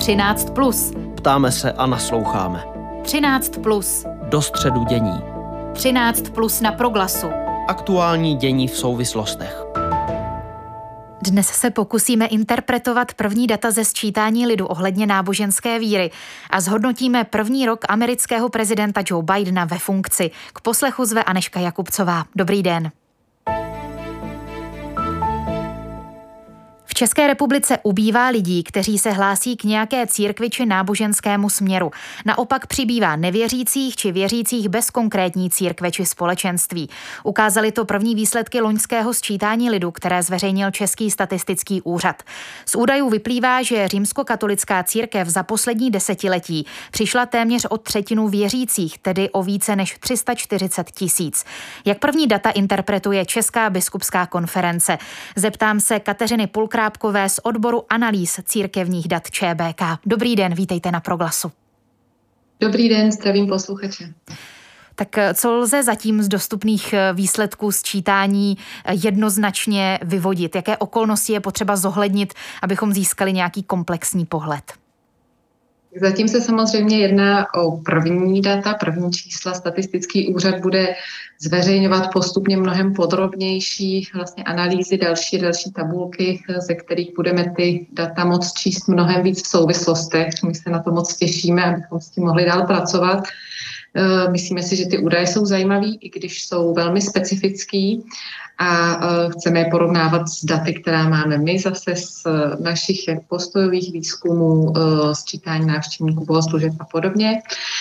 13+. Ptáme se a nasloucháme. 13+. Do středu dění. 13+ na Proglasu. Aktuální dění v souvislostech. Dnes se pokusíme interpretovat první data ze sčítání lidu ohledně náboženské víry a zhodnotíme první rok amerického prezidenta Joe Bidena ve funkci. K poslechu zve Anežka Jakubcová. Dobrý den. V České republice ubývá lidí, kteří se hlásí k nějaké církvi či náboženskému směru. Naopak přibývá nevěřících či věřících bez konkrétní církve či společenství. Ukázaly to první výsledky loňského sčítání lidu, které zveřejnil Český statistický úřad. Z údajů vyplývá, že římskokatolická církev za poslední desetiletí přišla téměř o třetinu věřících, tedy o více než 340 000. Jak první data interpretuje Česká biskupská konference? Zeptám se Kateřiny Pulkrápkové z odboru analýz církevních dat ČBK. Dobrý den, vítejte na Proglasu. Dobrý den, zdravím posluchače. Tak co lze zatím z dostupných výsledků sčítání jednoznačně vyvodit? Jaké okolnosti je potřeba zohlednit, abychom získali nějaký komplexní pohled? Zatím se samozřejmě jedná o první data, první čísla. Statistický úřad bude zveřejňovat postupně mnohem podrobnější vlastně analýzy, další tabulky, ze kterých budeme ty data moc číst mnohem víc v souvislostech. My se na to moc těšíme, abychom s tím mohli dál pracovat. Myslíme si, že ty údaje jsou zajímavý, i když jsou velmi specifický a chceme je porovnávat s daty, která máme my zase z našich postojových výzkumů, sčítání návštěvníků bohoslužeb a podobně.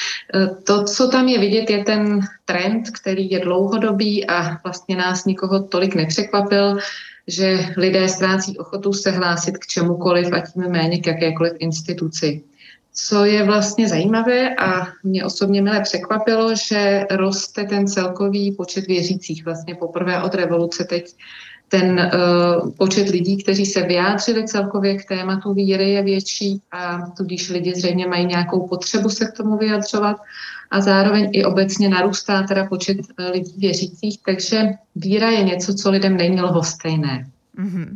To, co tam je vidět, je ten trend, který je dlouhodobý a vlastně nás nikoho tolik nepřekvapil, že lidé ztrácí ochotu se hlásit k čemukoliv a tím méně k jakékoliv instituci. Co je vlastně zajímavé a mě osobně mile překvapilo, že roste ten celkový počet věřících. Vlastně poprvé od revoluce teď ten počet lidí, kteří se vyjádřili celkově k tématu víry, je větší a tudíž lidi zřejmě mají nějakou potřebu se k tomu vyjadřovat a zároveň i obecně narůstá teda počet lidí věřících, takže víra je něco, co lidem není lhostejné. Mm-hmm.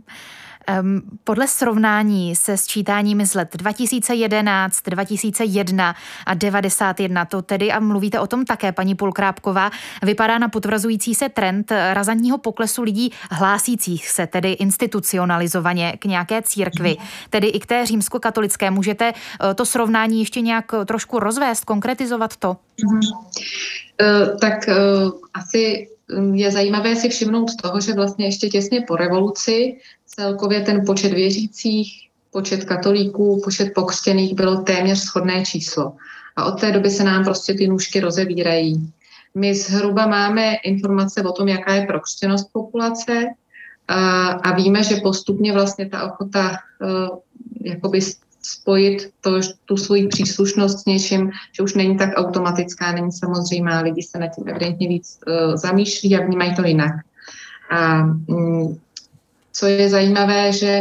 Podle srovnání se sčítáními z let 2011, 2001 a 91, to tedy, a mluvíte o tom také, paní Pulkrápková, vypadá na potvrzující se trend razantního poklesu lidí hlásících se, tedy institucionalizovaně k nějaké církvi, tedy i k té římskokatolické. Můžete to srovnání ještě nějak trošku rozvést, konkretizovat to? Asi je zajímavé si všimnout toho, že vlastně ještě těsně po revoluci celkově ten počet věřících, počet katolíků, počet pokřtěných bylo téměř shodné číslo. A od té doby se nám prostě ty nůžky rozevírají. My zhruba máme informace o tom, jaká je prokřtěnost populace a víme, že postupně vlastně ta ochota jakoby spojit tu svoji příslušnost s něčím, že už není tak automatická, není samozřejmá, lidi se na tím evidentně víc zamýšlí a vnímají to jinak. A co je zajímavé, že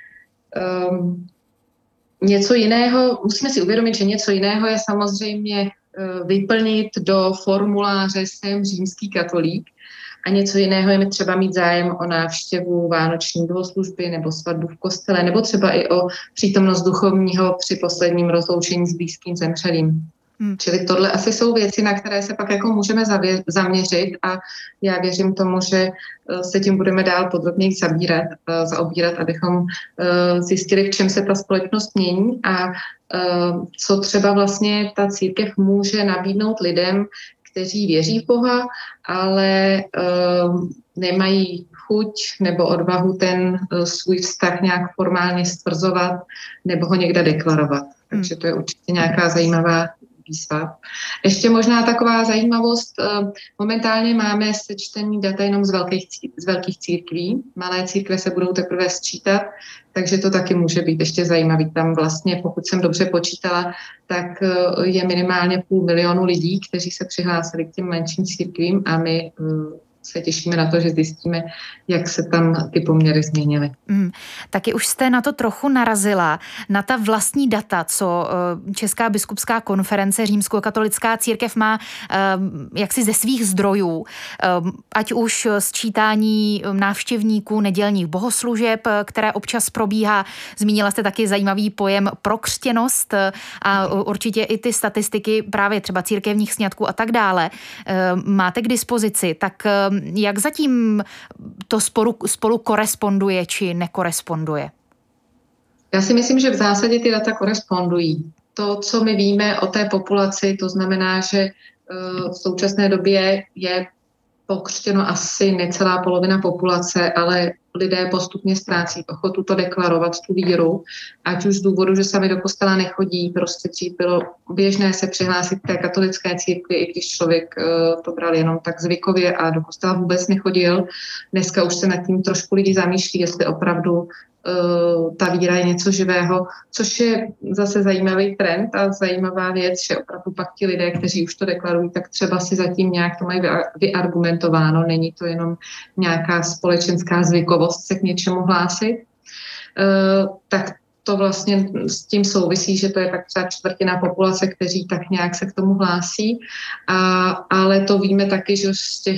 něco jiného, musíme si uvědomit, že něco jiného je samozřejmě vyplnit do formuláře jsem římský katolík a něco jiného je třeba mít zájem o návštěvu vánoční bohoslužby nebo svatbu v kostele, nebo třeba i o přítomnost duchovního při posledním rozloučení s blízkým zemřelým. Čili tohle asi jsou věci, na které se pak jako můžeme zaměřit a já věřím tomu, že se tím budeme dál podrobněji zaobírat, abychom zjistili, v čem se ta společnost mění a co třeba vlastně ta církev může nabídnout lidem, kteří věří v Boha, ale nemají chuť nebo odvahu ten svůj vztah nějak formálně stvrzovat nebo ho někde deklarovat. Takže to je určitě nějaká zajímavá výzva. Ještě možná taková zajímavost. Momentálně máme sečtený data jenom z velkých církví. Malé církve se budou teprve sčítat, takže to taky může být ještě zajímavý. Tam vlastně, pokud jsem dobře počítala, tak je minimálně 500 000 lidí, kteří se přihlásili k těm menším církvím a my se těšíme na to, že zjistíme, jak se tam ty poměry změnily. Taky už jste na to trochu narazila, na ta vlastní data, co Česká biskupská konference Římskokatolická církev má jaksi ze svých zdrojů, ať už sčítání návštěvníků nedělních bohoslužeb, které občas probíhá. Zmínila jste taky zajímavý pojem prokřtěnost a určitě i ty statistiky právě třeba církevních sňatků a tak dále máte k dispozici. Tak jak zatím to spolu koresponduje či nekoresponduje? Já si myslím, že v zásadě ty data korespondují. To, co my víme o té populaci, to znamená, že v současné době je pokřtěno asi necelá polovina populace, ale lidé postupně ztrácí ochotu to deklarovat, tu víru, ať už z důvodu, že sami do kostela nechodí, prostě dřív bylo běžné se přihlásit k té katolické církvi, i když člověk to bral jenom tak zvykově a do kostela vůbec nechodil. Dneska už se nad tím trošku lidi zamýšlí, jestli opravdu ta víra je něco živého, což je zase zajímavý trend a zajímavá věc, že opravdu pak ti lidé, kteří už to deklarují, tak třeba si zatím nějak to mají vyargumentováno, není to jenom nějaká společenská zvykovost se k něčemu hlásit. Tak to vlastně s tím souvisí, že to je tak třeba čtvrtina populace, kteří tak nějak se k tomu hlásí. Ale to víme taky, že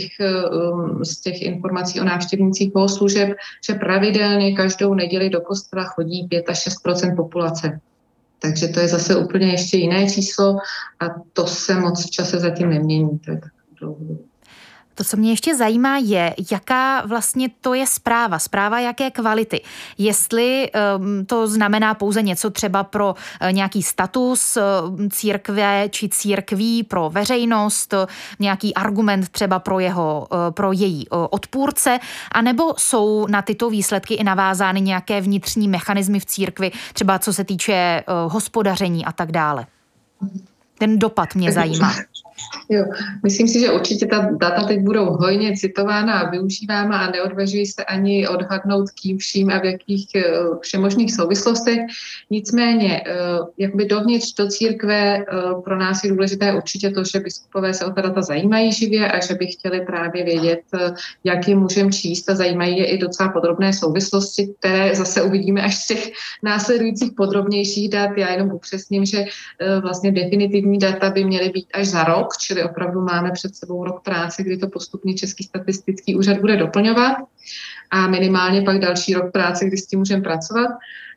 z těch informací o návštěvnících bohoslužeb, že pravidelně každou neděli do kostela chodí 5 až 6% populace. Takže to je zase úplně ještě jiné číslo a to se moc v čase zatím nemění. To je tak dlouho. To, co mě ještě zajímá, je, jaká vlastně to je zpráva jaké kvality. Jestli to znamená pouze něco třeba pro nějaký status církve či církví, pro veřejnost, nějaký argument třeba pro její odpůrce, anebo jsou na tyto výsledky i navázány nějaké vnitřní mechanismy v církvi, třeba co se týče hospodaření a tak dále. Ten dopad mě zajímá. Jo, myslím si, že určitě ta data teď budou hojně citována a využívána a neodvažují se ani odhadnout kým vším a v jakých všemožných souvislostech. Nicméně, jakoby dovnitř do církve pro nás je důležité určitě to, že biskupové se o ta data zajímají živě a že by chtěli právě vědět, jak je můžeme číst a zajímají je i docela podrobné souvislosti, které zase uvidíme až z těch následujících podrobnějších dat. Já jenom upřesním, že vlastně definitivní data by měly být až za rok, čili opravdu máme před sebou rok práce, kdy to postupně Český statistický úřad bude doplňovat a minimálně pak další rok práce, kdy s tím můžeme pracovat.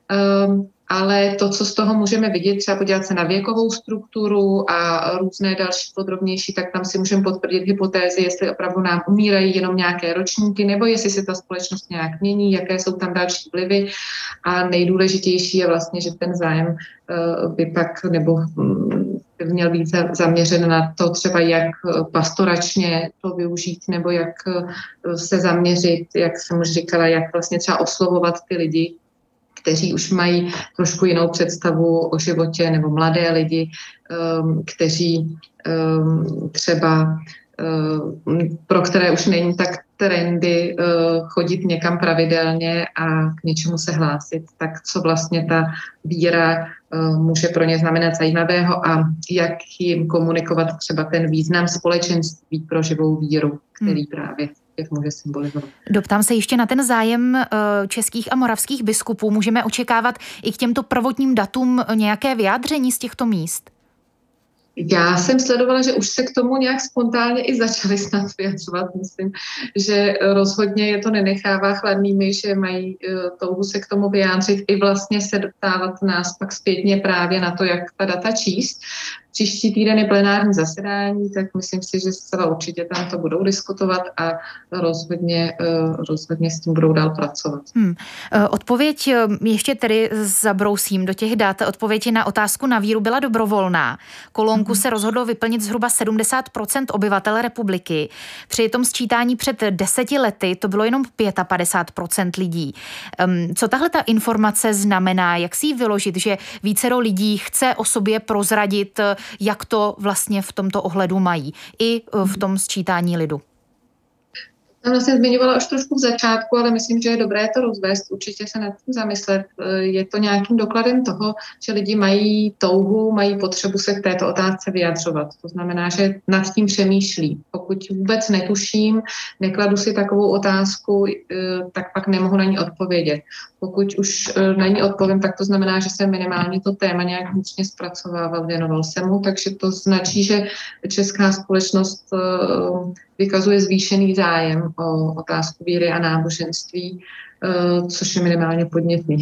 Ale to, co z toho můžeme vidět, třeba podívat se na věkovou strukturu a různé další podrobnější, tak tam si můžeme potvrdit hypotézy, jestli opravdu nám umírají jenom nějaké ročníky, nebo jestli se ta společnost nějak mění, jaké jsou tam další vlivy. A nejdůležitější je vlastně, že ten zájem by pak nebo by měl být zaměřen na to třeba, jak pastoračně to využít, nebo jak se zaměřit, jak jsem už říkala, jak vlastně třeba oslovovat ty lidi, kteří už mají trošku jinou představu o životě, nebo mladé lidi, kteří třeba pro které už není tak trendy chodit někam pravidelně a k něčemu se hlásit, tak co vlastně ta víra může pro ně znamenat zajímavého a jak jim komunikovat třeba ten význam společenství pro živou víru, který právě může symbolizovat. Doptám se ještě na ten zájem českých a moravských biskupů. Můžeme očekávat i k těmto prvotním datům nějaké vyjádření z těchto míst? Já jsem sledovala, že už se k tomu nějak spontánně i začali snad vyjadřovat. Myslím, že rozhodně je to nenechává chladnými, že mají touhu se k tomu vyjádřit i vlastně se doptávat nás pak zpětně právě na to, jak ta data číst. Příští týden je plenární zasedání, tak myslím si, že zcela určitě tam to budou diskutovat a rozhodně s tím budou dál pracovat. Odpověď ještě tedy zabrousím do těch dat. Odpověď na otázku na víru byla dobrovolná. Kolonku se rozhodlo vyplnit zhruba 70% obyvatel republiky. Při tom sčítání před 10 lety to bylo jenom 55% lidí. Co tahle ta informace znamená? Jak si ji vyložit, že vícero lidí chce o sobě prozradit, jak to vlastně v tomto ohledu mají, i v tom sčítání lidu? Tam vlastně zmiňovala už trošku v začátku, ale myslím, že je dobré to rozvést, určitě se nad tím zamyslet. Je to nějakým dokladem toho, že lidi mají touhu, mají potřebu se k této otázce vyjadřovat. To znamená, že nad tím přemýšlí. Pokud vůbec netuším, nekladu si takovou otázku, tak pak nemohu na ní odpovědět. Pokud už na ní odpovím, tak to znamená, že jsem minimálně to téma nějak vnitřně zpracovával, věnoval se mu, takže to značí, že česká společnost vykazuje zvýšený zájem o otázku víry a náboženství, což je minimálně podnětný.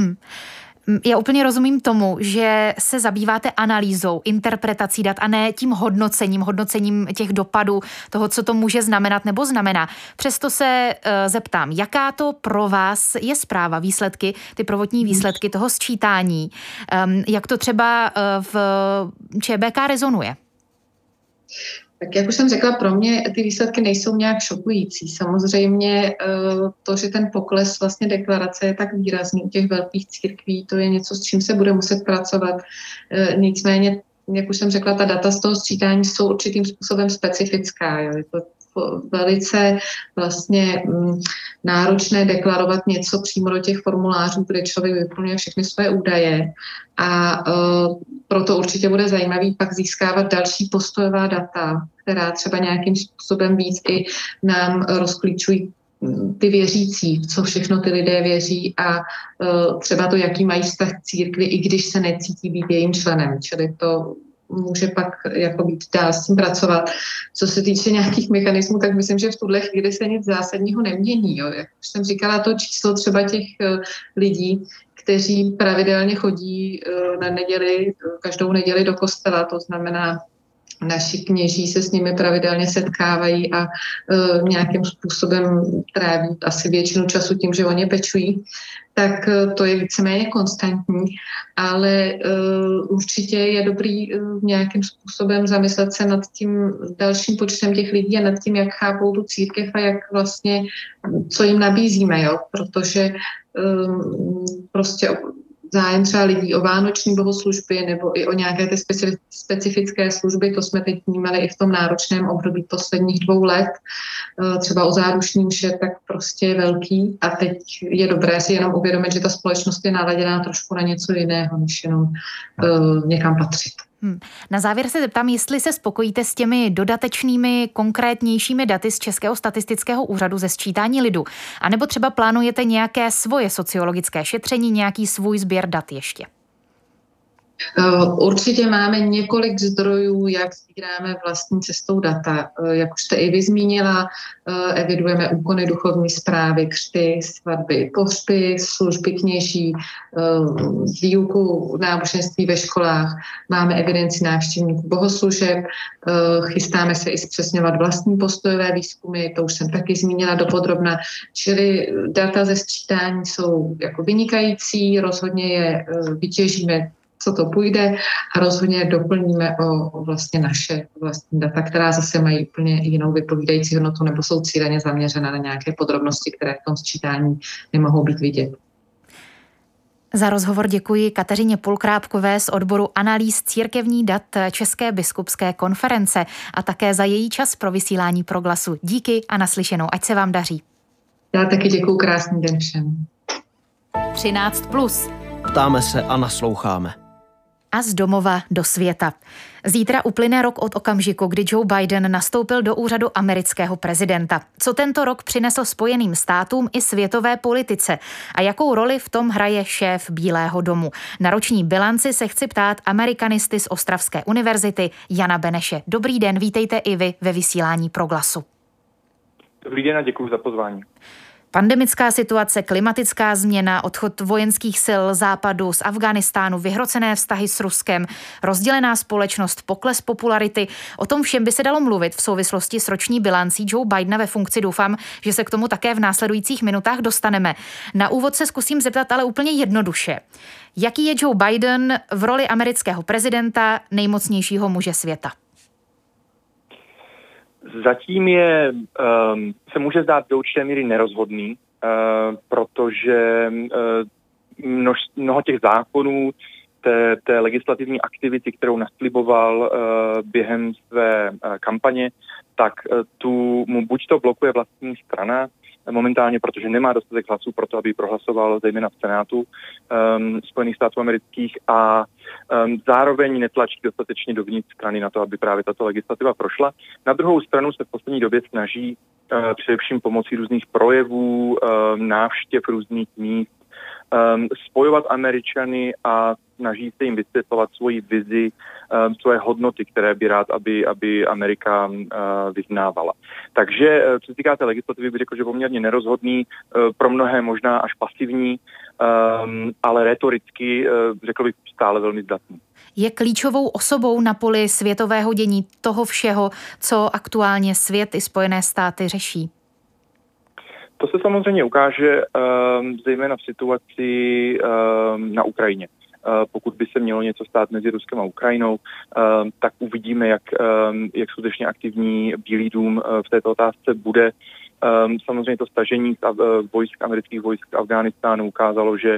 Já úplně rozumím tomu, že se zabýváte analýzou, interpretací dat a ne tím hodnocením těch dopadů, toho, co to může znamenat nebo znamená. Přesto se zeptám, jaká to pro vás je zpráva, výsledky, ty prvotní výsledky toho sčítání, jak to třeba v ČBK rezonuje? Tak jak už jsem řekla, pro mě ty výsledky nejsou nějak šokující. Samozřejmě to, že ten pokles vlastně deklarace je tak výrazný u těch velkých církví, to je něco, s čím se bude muset pracovat. Nicméně, jak už jsem řekla, ta data z toho sčítání jsou určitým způsobem specifická. Jo. Je to velice vlastně náročné deklarovat něco přímo do těch formulářů, kde člověk vyplňuje všechny své údaje a proto určitě bude zajímavý pak získávat další postojová data, která třeba nějakým způsobem víc i nám rozklíčují ty věřící, co všechno ty lidé věří a třeba to, jaký mají vztah k církvi, i když se necítí být jejím členem. Čili to může pak jako být dál s tím pracovat. Co se týče nějakých mechanismů, tak myslím, že v tuhle chvíli se nic zásadního nemění. Jo. Jak už jsem říkala, to číslo třeba těch lidí, kteří pravidelně chodí na neděli, každou neděli do kostela, to znamená, naši kněží se s nimi pravidelně setkávají a nějakým způsobem tráví asi většinu času tím, že o ně pečují, tak to je víceméně konstantní, ale určitě je dobrý nějakým způsobem zamyslet se nad tím dalším počtem těch lidí a nad tím, jak chápou tu církev a jak vlastně, co jim nabízíme, jo? Protože prostě zájem třeba lidí o vánoční bohoslužby nebo i o nějaké ty specifické služby, to jsme teď vnímali i v tom náročném období posledních 2 let, třeba o záruční mše, tak prostě je velký a teď je dobré si jenom uvědomit, že ta společnost je naladěná trošku na něco jiného, než jenom někam patřit. Na závěr se zeptám, jestli se spokojíte s těmi dodatečnými, konkrétnějšími daty z Českého statistického úřadu ze sčítání lidu, anebo třeba plánujete nějaké svoje sociologické šetření, nějaký svůj sběr dat ještě? Určitě máme několik zdrojů, jak sbíráme vlastní cestou data. Jak už jste i vy zmínila, evidujeme úkony duchovní správy, křty, svatby, pohřby, služby kněží, výuku náboženství ve školách, máme evidenci návštěvníků bohoslužeb, chystáme se i zpřesňovat vlastní postojové výzkumy, to už jsem taky zmínila dopodrobna, čili data ze sčítání jsou jako vynikající, rozhodně je vytěžíme, co to půjde a rozhodně doplníme o vlastně naše vlastní data, která zase mají úplně jinou vypovídající hodnotu nebo jsou cíleně zaměřena na nějaké podrobnosti, které v tom sčítání nemohou být vidět. Za rozhovor děkuji Kateřině Pulkrápkové z odboru analýz církevní dat České biskupské konference a také za její čas pro vysílání Proglasu. Díky a naslyšenou, ať se vám daří. Já taky děkuju, krásný den všem. 13+. Ptáme se a nasloucháme. A z domova do světa. Zítra uplyne rok od okamžiku, kdy Joe Biden nastoupil do úřadu amerického prezidenta. Co tento rok přinesl Spojeným státům i světové politice a jakou roli v tom hraje šéf Bílého domu? Na roční bilanci se chci ptát amerikanisty z Ostravské univerzity Jana Beneše. Dobrý den, vítejte i vy ve vysílání Proglasu. Dobrý den a děkuji za pozvání. Pandemická situace, klimatická změna, odchod vojenských sil Západu z Afghánistánu, vyhrocené vztahy s Ruskem, rozdělená společnost, pokles popularity. O tom všem by se dalo mluvit v souvislosti s roční bilancí Joe Bidena ve funkci. Doufám, že se k tomu také v následujících minutách dostaneme. Na úvod se zkusím zeptat ale úplně jednoduše. Jaký je Joe Biden v roli amerického prezidenta, nejmocnějšího muže světa? Zatím se může zdát do určité míry nerozhodný, protože mnoho těch zákonů, té legislativní aktivity, kterou nasliboval během své kampaně, tak tu mu buď to blokuje vlastní strana momentálně, protože nemá dostatek hlasů pro to, aby prohlasoval zejména v Senátu Spojených států amerických a zároveň netlačí dostatečně dovnitř strany na to, aby právě tato legislativa prošla. Na druhou stranu se v poslední době snaží především pomocí různých projevů, návštěv různých míst, spojovat Američany a snaží se jim vysvětlovat svoji vizi, svoje hodnoty, které by rád, aby Amerika vyznávala. Takže co se týká té legislativy, bych řekl, že poměrně nerozhodný, pro mnohé možná až pasivní, ale rétoricky, řekl bych, stále velmi zdatný. Je klíčovou osobou na poli světového dění toho všeho, co aktuálně svět i Spojené státy řeší? To se samozřejmě ukáže zejména v situaci na Ukrajině. Pokud by se mělo něco stát mezi Ruskem a Ukrajinou, tak uvidíme, jak skutečně aktivní Bílý dům v této otázce bude. Samozřejmě to stažení amerických vojsk v Afghánistánu ukázalo, že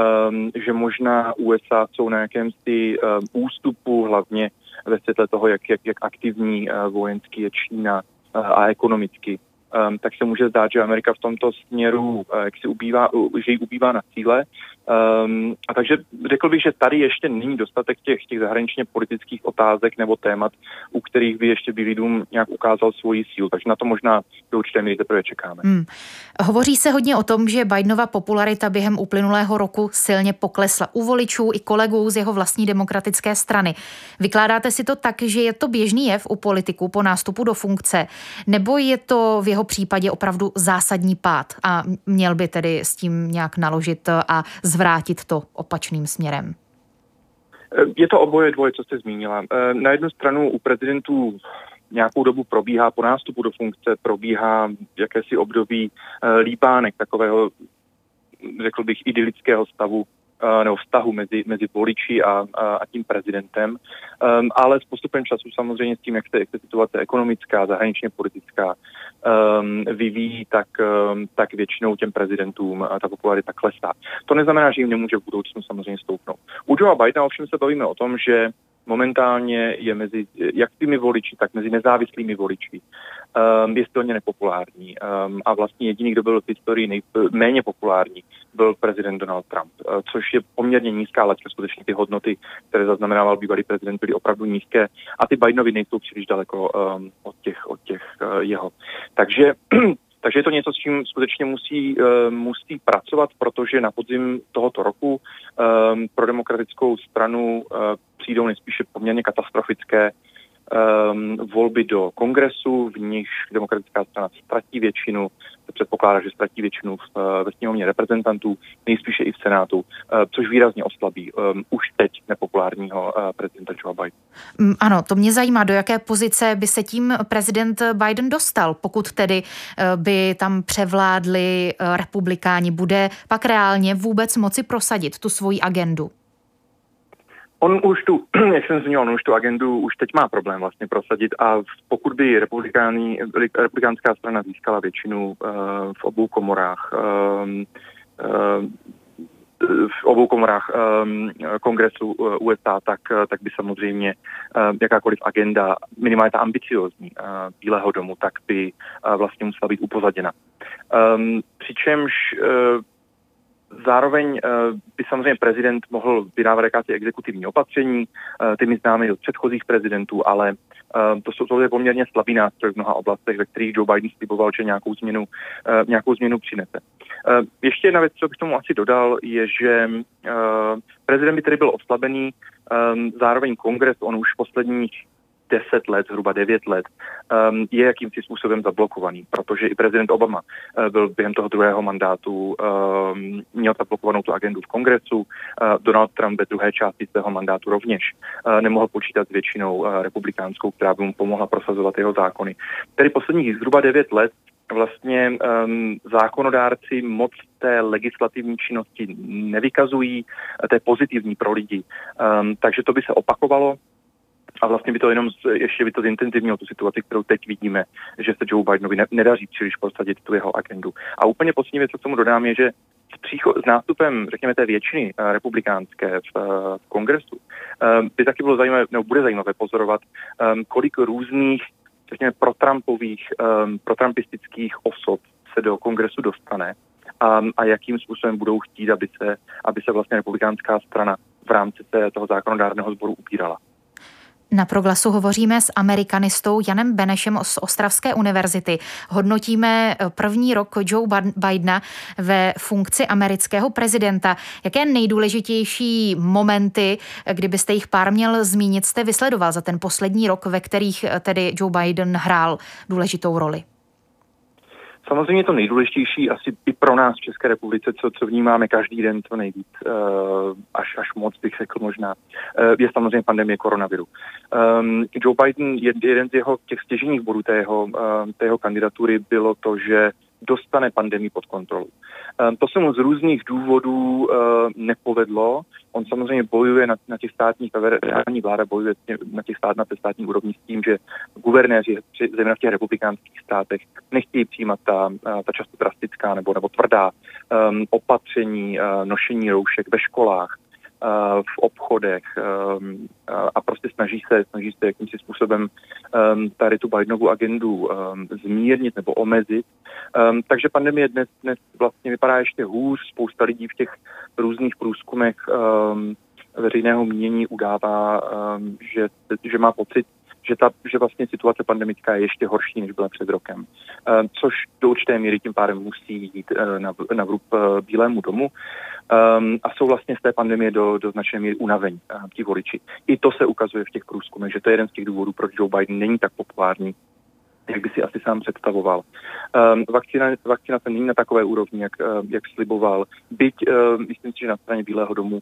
možná USA jsou na jakémsi ústupu, hlavně ve světle toho, jak aktivní vojensky je Čína a ekonomicky. Tak se může zdát, že Amerika v tomto směru že jí ubývá na cíle. A takže řekl bych, že tady ještě není dostatek těch zahraničně politických otázek nebo témat, u kterých by ještě Bílý dům nějak ukázal svoji sílu. Takže na to možná do určité míry teprve čekáme. Hovoří se hodně o tom, že Bidenova popularita během uplynulého roku silně poklesla u voličů i kolegů z jeho vlastní demokratické strany. Vykládáte si to tak, že je to běžný jev u politiků po nástupu do funkce, nebo je to v jeho případě opravdu zásadní pád a měl by tedy s tím nějak naložit a zvrátit to opačným směrem? Je to oboje dvoje, co jste zmínila. Na jednu stranu u prezidentů nějakou dobu probíhá po nástupu do funkce, probíhá jakési období líbánek takového, řekl bych, idylického stavu nebo vztahu mezi voliči a tím prezidentem. Ale s postupem času samozřejmě s tím, jak se situace ekonomická, zahraničně politická vyvíjí, tak většinou těm prezidentům ta popularita klesá. To neznamená, že jim nemůže v budoucnu samozřejmě stoupnout. U Joea Bidena ovšem se bavíme o tom, že momentálně je mezi jak těmi voliči, tak mezi nezávislými voliči je silně nepopulární. A vlastně jediný, kdo byl v historii méně populární, byl prezident Donald Trump, což je poměrně nízká laťka. Skutečně ty hodnoty, které zaznamenával bývalý prezident, byly opravdu nízké a ty Bidenovi nejsou příliš daleko od těch jeho. Takže je to něco, s čím skutečně musí pracovat, protože na podzim tohoto roku pro demokratickou stranu přijdou nejspíše poměrně katastrofické volby do kongresu, v nichž demokratická strana ztratí většinu, předpokládá, že ztratí většinu ve sněmovně reprezentantů, nejspíše i v Senátu, což výrazně oslabí už teď nepopulárního prezidenta Joea Bidena. Ano, to mě zajímá, do jaké pozice by se tím prezident Biden dostal, pokud tedy by tam převládli republikáni. Bude pak reálně vůbec moci prosadit tu svoji agendu? On už tu agendu už teď má problém vlastně prosadit a pokud by republikánská strana získala většinu v obou komorách kongresu USA, tak by samozřejmě jakákoliv agenda, minimálně ta ambiciózní Bílého domu, tak by vlastně musela být upozaděna. Přičemž zároveň by samozřejmě prezident mohl vydávat jakási exekutivní opatření, ty my známe od předchozích prezidentů, ale to je poměrně slabý nástroj v mnoha oblastech, ve kterých Joe Biden sliboval, že nějakou změnu přinese. Ještě jedna věc, co bych tomu asi dodal, je, že prezident by tedy byl oslabený, zároveň kongres, on už posledních 10 let, zhruba 9 let, je jakýmsi způsobem zablokovaný, protože i prezident Obama byl během toho druhého mandátu, měl zablokovanou tu agendu v kongresu, Donald Trump ve druhé části svého mandátu rovněž nemohl počítat s většinou republikánskou, která by mu pomohla prosazovat jeho zákony. Tedy posledních zhruba 9 let vlastně zákonodárci moc té legislativní činnosti nevykazují, to je pozitivní pro lidi. Takže to by se opakovalo. A vlastně by to ještě zintenzivnilo tu situaci, kterou teď vidíme, že se Joe Bidenovi nedaří příliš prosadit tu jeho agendu. A úplně poslední věc, co k tomu dodám, je, že s s nástupem, řekněme, té většiny republikánské v kongresu by taky bylo zajímavé, nebo bude zajímavé pozorovat, kolik různých, řekněme, protrampistických osob se do kongresu dostane a jakým způsobem budou chtít, aby se vlastně republikánská strana v rámci toho zákonodárného sboru upírala. Na Proglasu hovoříme s amerikanistou Janem Benešem z Ostravské univerzity. Hodnotíme první rok Joe Bidena ve funkci amerického prezidenta. Jaké nejdůležitější momenty, kdybyste jich pár měl zmínit, jste vysledoval za ten poslední rok, ve kterých tedy Joe Biden hrál důležitou roli? Samozřejmě to nejdůležitější asi i pro nás v České republice, co vnímáme každý den, to nejvíc, až moc bych řekl možná, je samozřejmě pandemie koronaviru. Joe Biden, jeden z těch stěžejních bodů té jeho kandidatury bylo to, že dostane pandemii pod kontrolu. To se mu z různých důvodů nepovedlo. On samozřejmě bojuje na těch státních, federální vláda bojuje na té státní úrovni s tím, že guvernéři, zejména v těch republikánských státech, nechtějí přijímat ta často drastická nebo tvrdá opatření, nošení roušek ve školách, v obchodech a prostě snaží se jakýmsi způsobem tady tu Bidenovu agendu zmírnit nebo omezit. Takže pandemie dnes vlastně vypadá ještě hůř. Spousta lidí v těch různých průzkumech veřejného mínění udává, že má pocit, že vlastně situace pandemická je ještě horší, než byla před rokem. Což do určité míry tím pádem musí jít na vrub Bílému domu. A jsou vlastně z té pandemie do značné míry unavení ti voliči. I to se ukazuje v těch průzkumech, že to je jeden z těch důvodů, proč Joe Biden není tak populární, jak by si asi sám představoval. Vakcinace není na takové úrovni, jak sliboval. Byť myslím si, že na straně Bílého domu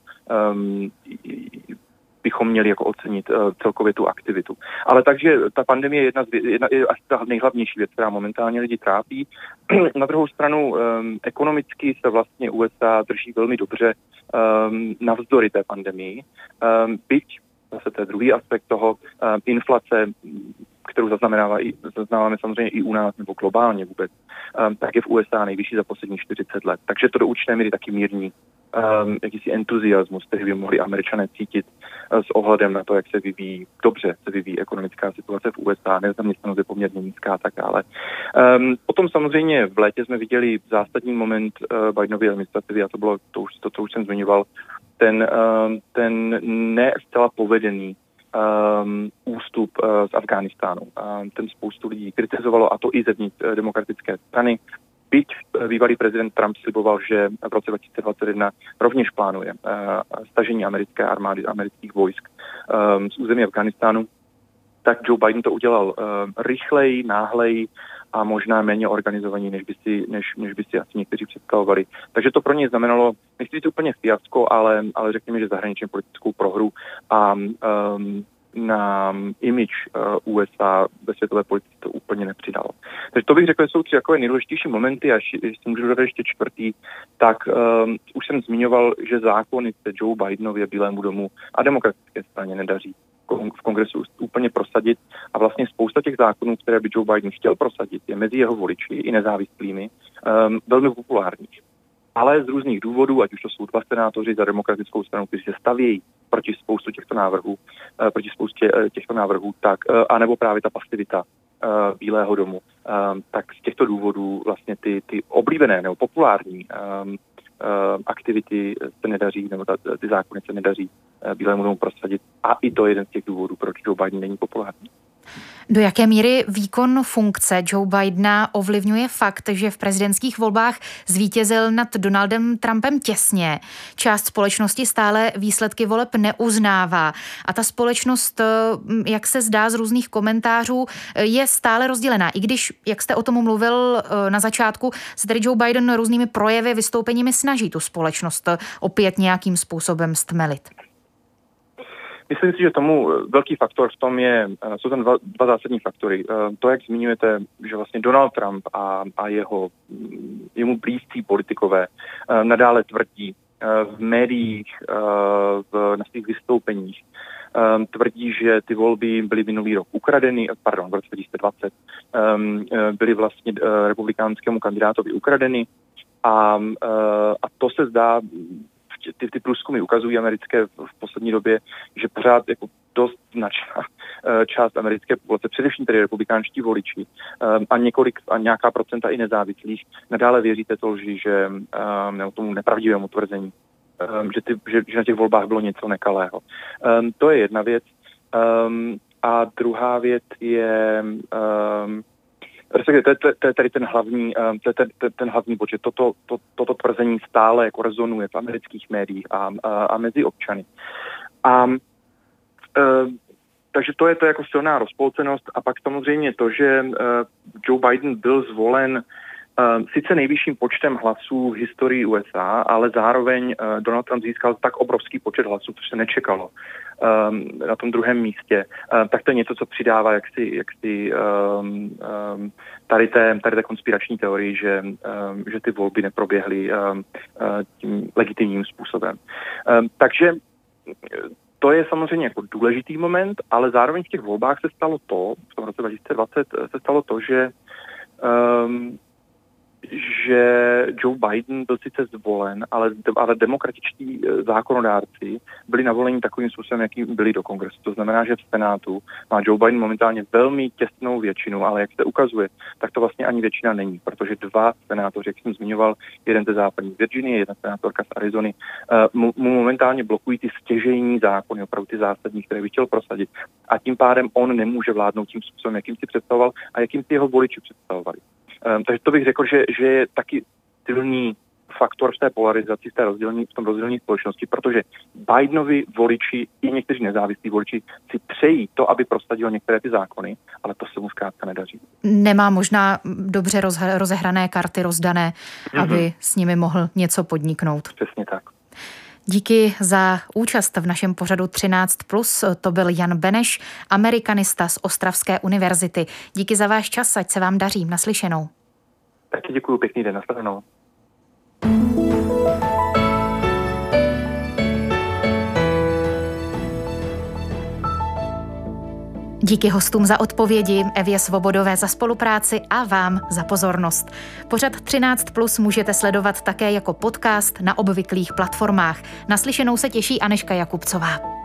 bychom měli jako ocenit celkově tu aktivitu. Ale takže ta pandemie je asi ta nejhlavnější věc, která momentálně lidi trápí. Na druhou stranu ekonomicky se vlastně USA drží velmi dobře navzdory té pandemii. Byť zase to je druhý aspekt toho, inflace, kterou zaznáváme samozřejmě i u nás nebo globálně vůbec, tak je v USA nejvyšší za posledních 40 let. Takže to do určité míry taky mírní jakýsi entuziasmus, který by mohli Američané cítit s ohledem na to, jak se vyvíjí ekonomická situace v USA, nezaměstnanost je poměrně nízká a tak dále. Potom samozřejmě v létě jsme viděli zásadní moment Bidenovy administrativy a to bylo to, co už jsem zmiňoval, ten ne zcela povedený ústup z Afghánistánu. Ten spoustu lidí kritizovalo, a to i zevnitř demokratické strany. Byť bývalý prezident Trump sliboval, že v roce 2021 rovněž plánuje stažení americké armády, amerických vojsk z území Afghánistánu, tak Joe Biden to udělal rychleji, náhleji a možná méně organizovaní, než by si asi někteří představovali. Takže to pro ně znamenalo, nechci říct úplně fiasko, ale řekněme, že zahraničně politickou prohru a na image USA ve světové politice to úplně nepřidalo. Takže to bych řekl, že jsou tři takové nejdůležitější momenty, a jestli můžu dodat ještě čtvrtý, tak už jsem zmiňoval, že zákony se Joe Bidenovi a Bílému domu a demokratické straně nedaří v kongresu úplně prosadit a vlastně spousta těch zákonů, které by Joe Biden chtěl prosadit, je mezi jeho voliči i nezávislými velmi populárních. Ale z různých důvodů, ať už to jsou dva senátoři za demokratickou stranu, kteří se stavějí proti spoustě těchto návrhů, tak, anebo právě ta pasivita Bílého domu, tak z těchto důvodů vlastně ty oblíbené nebo populární aktivity se nedaří, nebo ty zákony se nedaří Bílému domu prosadit. A i to je jeden z těch důvodů, proč Joe Biden není populární. Do jaké míry výkon funkce Joe Bidena ovlivňuje fakt, že v prezidentských volbách zvítězil nad Donaldem Trumpem těsně? Část společnosti stále výsledky voleb neuznává a ta společnost, jak se zdá z různých komentářů, je stále rozdělená. I když, jak jste o tom mluvil na začátku, se tedy Joe Biden různými projevy, vystoupeními snaží tu společnost opět nějakým způsobem stmelit. Myslím si, že tomu velký faktor v tom jsou tam dva zásadní faktory. To, jak zmiňujete, že vlastně Donald Trump a jemu blízcí politikové nadále tvrdí v médiích, na svých vystoupeních, tvrdí, že ty volby byly minulý rok ukradeny, v roce 2020 byly vlastně republikánskému kandidátovi ukradeny A to se zdá, ty průzkumy ukazují americké v poslední době, že pořád jako dost značná část americké populace, především tedy republikánští voliči a nějaká procenta i nezávislých, nadále věří této lži, že nebo tomu nepravdivému tvrzení, že na těch volbách bylo něco nekalého. To je jedna věc. A druhá věc je to je tady ten hlavní bod, že toto tvrzení stále jako rezonuje v amerických médiích a mezi občany. Takže to je jako silná rozpolcenost a pak samozřejmě to, že Joe Biden byl zvolen sice nejvyšším počtem hlasů v historii USA, ale zároveň Donald Trump získal tak obrovský počet hlasů, což se nečekalo na tom druhém místě, tak to je něco, co přidává jaksi tady té konspirační teorii, že ty volby neproběhly tím legitimním způsobem. Takže to je samozřejmě jako důležitý moment, ale zároveň v těch volbách se stalo to, v tom roce 2020 se stalo to, že Joe Biden byl sice zvolen, ale demokratičtí zákonodárci byli navoleni takovým způsobem, jakým byli do kongresu. To znamená, že v Senátu má Joe Biden momentálně velmi těsnou většinu, ale jak se ukazuje, tak to vlastně ani většina není, protože dva senátoři, jak jsem zmiňoval, jeden ze západní Virginie, jedna senátorka z Arizony, mu momentálně blokují ty stěžejní zákony, opravdu ty zásadní, které by chtěl prosadit. A tím pádem on nemůže vládnout tím způsobem, jakým si představoval a jakým si jeho voliči představovali. Takže to bych řekl, že je taky silný faktor v té polarizaci, v tom rozdělení společnosti, protože Bidenovi voliči i někteří nezávislí voliči si přejí to, aby prosadil některé ty zákony, ale to se mu zkrátka nedaří. Nemá možná dobře rozehrané karty rozdané, aby s nimi mohl něco podniknout. Přesně tak. Díky za účast v našem pořadu 13+. To byl Jan Beneš, amerikanista z Ostravské univerzity. Díky za váš čas, ať se vám daří. Naslyšenou. Taky děkuju, pěkný den, nashledanou. Díky hostům za odpovědi, Evě Svobodové za spolupráci a vám za pozornost. Pořad 13+ můžete sledovat také jako podcast na obvyklých platformách. Naslyšenou se těší Anežka Jakubcová.